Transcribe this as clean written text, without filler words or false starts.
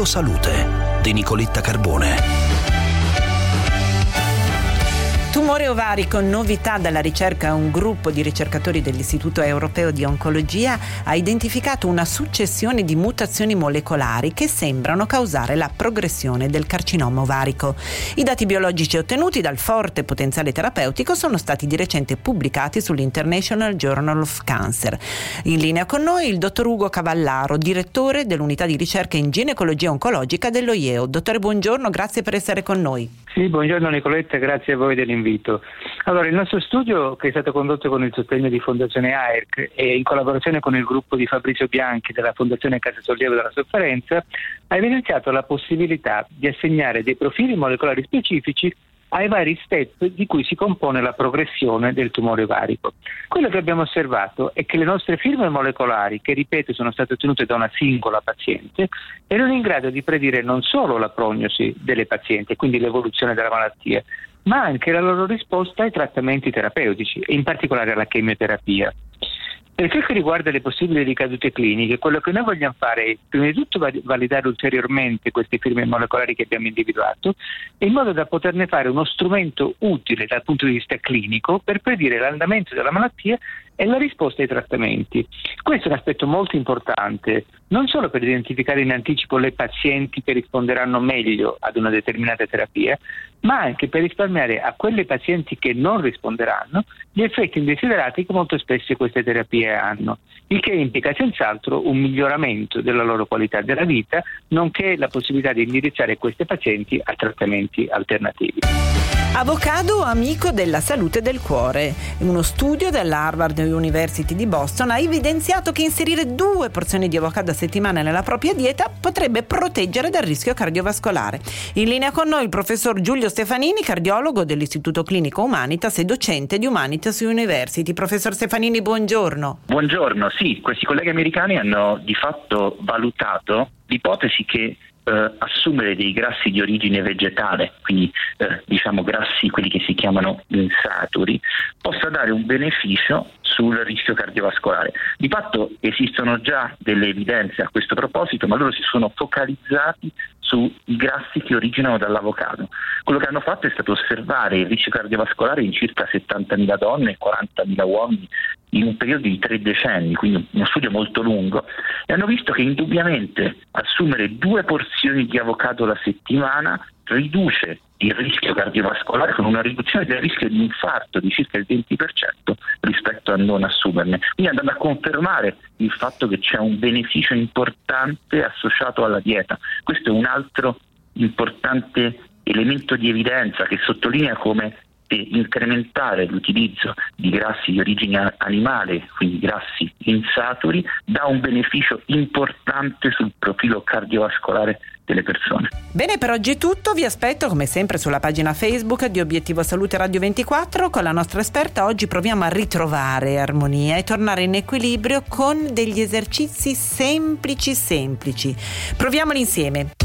Obiettivo Salute di Nicoletta Carbone. Tumore ovarico, novità dalla ricerca. Un gruppo di ricercatori dell'Istituto Europeo di Oncologia ha identificato una successione di mutazioni molecolari che sembrano causare la progressione del carcinoma ovarico. I dati biologici ottenuti dal forte potenziale terapeutico sono stati di recente pubblicati sull'International Journal of Cancer. In linea con noi il dottor Ugo Cavallaro, direttore dell'unità di ricerca in ginecologia oncologica dello IEO. Dottore, buongiorno, grazie per essere con noi. Sì, buongiorno Nicoletta, grazie a voi dell'invito. Allora, il nostro studio, che è stato condotto con il sostegno di Fondazione AERC e in collaborazione con il gruppo di Fabrizio Bianchi della Fondazione Casa Sollievo della Sofferenza, ha evidenziato la possibilità di assegnare dei profili molecolari specifici ai vari step di cui si compone la progressione del tumore ovarico. Quello che abbiamo osservato è che le nostre firme molecolari, che ripeto sono state ottenute da una singola paziente, erano in grado di predire non solo la prognosi delle pazienti, quindi l'evoluzione della malattia, ma anche la loro risposta ai trattamenti terapeutici, e in particolare alla chemioterapia. Per quel che riguarda le possibili ricadute cliniche, quello che noi vogliamo fare è prima di tutto validare ulteriormente queste firme molecolari che abbiamo individuato, in modo da poterne fare uno strumento utile dal punto di vista clinico per predire l'andamento della malattia e la risposta ai trattamenti. Questo è un aspetto molto importante, non solo per identificare in anticipo le pazienti che risponderanno meglio ad una determinata terapia, ma anche per risparmiare a quelle pazienti che non risponderanno gli effetti indesiderati che molto spesso queste terapie hanno, il che implica senz'altro un miglioramento della loro qualità della vita, nonché la possibilità di indirizzare queste pazienti a trattamenti alternativi. Avocado, amico della salute del cuore. Uno studio della Harvard University di Boston ha evidenziato che inserire 2 porzioni di avocado a settimana nella propria dieta potrebbe proteggere dal rischio cardiovascolare. In linea con noi il professor Giulio Stefanini, cardiologo dell'Istituto Clinico Humanitas e docente di Humanitas University. Professor Stefanini, buongiorno. Buongiorno, sì, questi colleghi americani hanno di fatto valutato l'ipotesi che assumere dei grassi di origine vegetale, quindi diciamo grassi quelli che si chiamano insaturi, possa dare un beneficio sul rischio cardiovascolare. Di fatto esistono già delle evidenze a questo proposito, ma loro si sono focalizzati sui grassi che originano dall'avocado. Quello che hanno fatto è stato osservare il rischio cardiovascolare in circa 70.000 donne e 40.000 uomini in un periodo di 3 decenni, quindi uno studio molto lungo, e hanno visto che indubbiamente assumere 2 porzioni di avocado alla settimana riduce il rischio cardiovascolare con una riduzione del rischio di infarto di circa il 20% rispetto a non assumerne, quindi andando a confermare il fatto che c'è un beneficio importante associato alla dieta. Questo è un altro importante elemento di evidenza che sottolinea come incrementare l'utilizzo di grassi di origine animale, quindi grassi insaturi, dà un beneficio importante sul profilo cardiovascolare delle persone. Bene, per oggi è tutto. Vi aspetto come sempre sulla pagina Facebook di Obiettivo Salute Radio 24. Con la nostra esperta oggi proviamo a ritrovare armonia e tornare in equilibrio con degli esercizi semplici. Proviamoli insieme.